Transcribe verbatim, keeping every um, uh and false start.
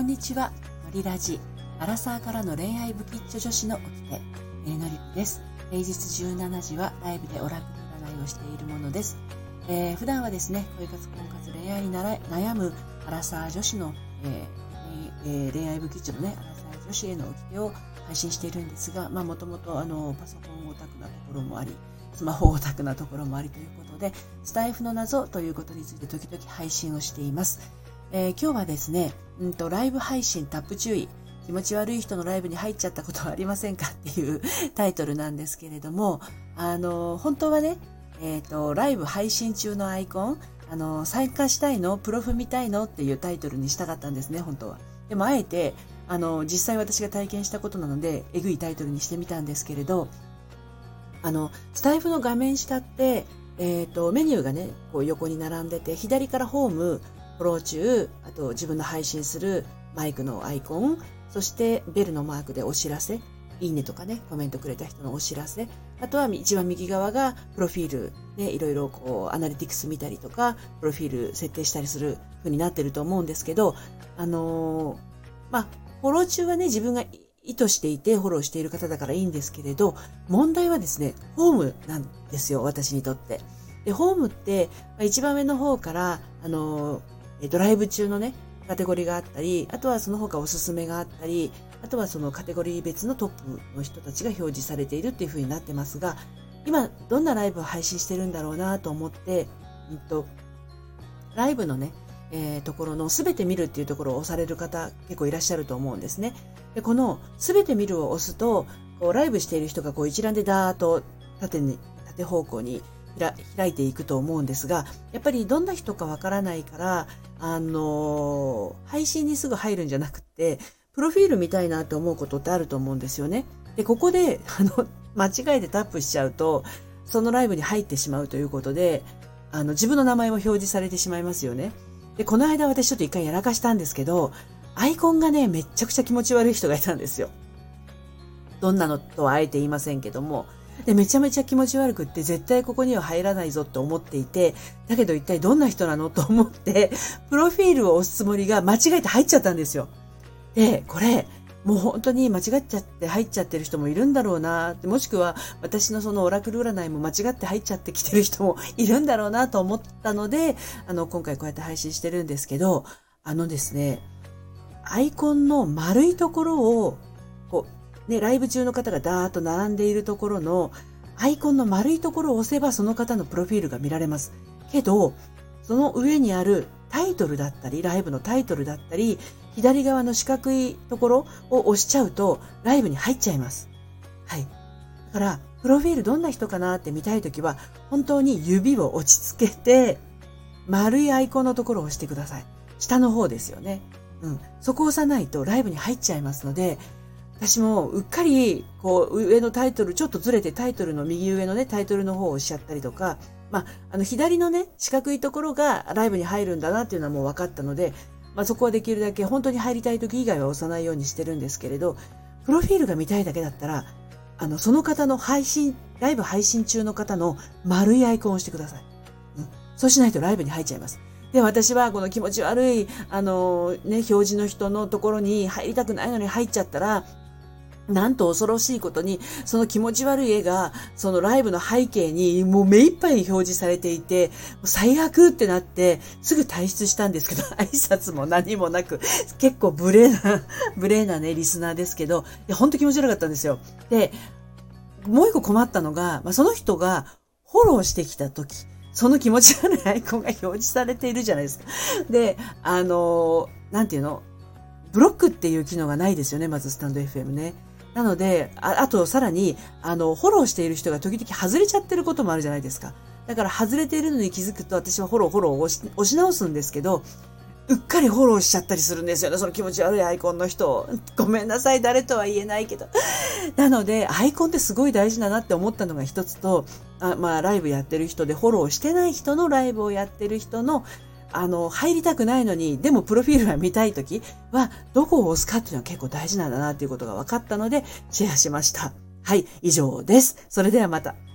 んにちは。のりラジ。アラサーからの恋愛不吉祥女子の掟、えー、のりぴです。平日じゅうしちじはライブでオラクル占いをしているものです。えー、普段はですね、恋活、婚活、恋愛に悩むアラサー女子の、えーえー、恋愛不吉祥のね、アラサー女子への掟を配信しているんですが、まあもともとあのパソコンオタクなところもあり、スマホオタクなところもありということで、スタイフの謎ということについて時々配信をしています。えー、今日はですね、うんと、ライブ配信タップ注意。気持ち悪い人のライブに入っちゃったことはありませんかっていうタイトルなんですけれども、あの、本当はね、えっと、ライブ配信中のアイコン、あの、参加したいの？プロフ見たいの？っていうタイトルにしたかったんですね、本当は。でも、あえて、あの、実際私が体験したことなので、えぐいタイトルにしてみたんですけれど、あの、スタイフの画面下って、えっと、メニューがね、こう横に並んでて、左からホーム、フォロー中、あと自分の配信するマイクのアイコン、そしてベルのマークでお知らせ、いいねとかね、コメントくれた人のお知らせ、あとは一番右側がプロフィールでいろいろこうアナリティクス見たりとか、プロフィール設定したりする風になってると思うんですけど、あのー、まあ、フォロー中はね、自分が意図していてフォローしている方だからいいんですけれど、問題はですね、ホームなんですよ、私にとって。で、ホームって、一番上の方から、あのー、ドライブ中のね、カテゴリーがあったり、あとはその他おすすめがあったり、あとはそのカテゴリー別のトップの人たちが表示されているっていう風になってますが、今どんなライブを配信してるんだろうなと思って、うんと、ライブのね、えー、ところのすべて見るっていうところを押される方結構いらっしゃると思うんですね。で、このすべて見るを押すと、こうライブしている人がこう一覧でダーッと縦に、縦方向に開いていくと思うんですが、やっぱりどんな人かわからないから、あのー、配信にすぐ入るんじゃなくて、プロフィール見たいなって思うことってあると思うんですよね。で、ここで、あの、間違えてタップしちゃうと、そのライブに入ってしまうということで、あの、自分の名前も表示されてしまいますよね。で、この間私ちょっと一回やらかしたんですけど、アイコンがね、めっちゃくちゃ気持ち悪い人がいたんですよ。どんなのとはあえて言いませんけども、で、めちゃめちゃ気持ち悪くって絶対ここには入らないぞって思っていて、だけど一体どんな人なのと思って、プロフィールを押すつもりが間違えて入っちゃったんですよ。で、これ、もう本当に間違っちゃって入っちゃってる人もいるんだろうなって、もしくは私のそのオラクル占いも間違って入っちゃってきてる人もいるんだろうなと思ったので、あの、今回こうやって配信してるんですけど、あのですね、アイコンの丸いところを、こう、ね、ライブ中の方がダーッと並んでいるところのアイコンの丸いところを押せばその方のプロフィールが見られます。けど、その上にあるタイトルだったり、ライブのタイトルだったり、左側の四角いところを押しちゃうとライブに入っちゃいます。はい。だから、プロフィールどんな人かなって見たいときは、本当に指を落ち着けて、丸いアイコンのところを押してください。下の方ですよね。うん。そこを押さないとライブに入っちゃいますので、私もうっかり、こう、上のタイトル、ちょっとずれてタイトルの右上のね、タイトルの方を押しちゃったりとか、まあ、あの、左のね、四角いところがライブに入るんだなっていうのはもう分かったので、まあ、そこはできるだけ本当に入りたい時以外は押さないようにしてるんですけれど、プロフィールが見たいだけだったら、あの、その方の配信、ライブ配信中の方の丸いアイコンを押してください。うん。そうしないとライブに入っちゃいます。で、私はこの気持ち悪い、あの、ね、表示の人のところに入りたくないのに入っちゃったら、なんと恐ろしいことに、その気持ち悪い絵が、そのライブの背景にもう目いっぱい表示されていて、最悪ってなって、すぐ退出したんですけど、挨拶も何もなく、結構無礼な、無礼なね、リスナーですけど、いや、ほんと気持ち悪かったんですよ。で、もう一個困ったのが、まあ、その人がフォローしてきたとき、その気持ち悪いアイコンが表示されているじゃないですか。で、あの、なんていうの？ブロックっていう機能がないですよね、まずスタンド エフエム ね。なので、あ、あとさらに、あの、フォローしている人が時々外れちゃってることもあるじゃないですか。だから外れているのに気づくと私はフォロー、フォローを押し、押し直すんですけど、うっかりフォローしちゃったりするんですよね、その気持ち悪いアイコンの人。ごめんなさい、誰とは言えないけど。なので、アイコンってすごい大事だなって思ったのが一つと、あ、まあ、ライブやってる人でフォローしてない人のライブをやってる人の、あの、入りたくないのに、でもプロフィールが見たいときは、どこを押すかっていうのは結構大事なんだなっていうことが分かったので、シェアしました。はい、以上です。それではまた。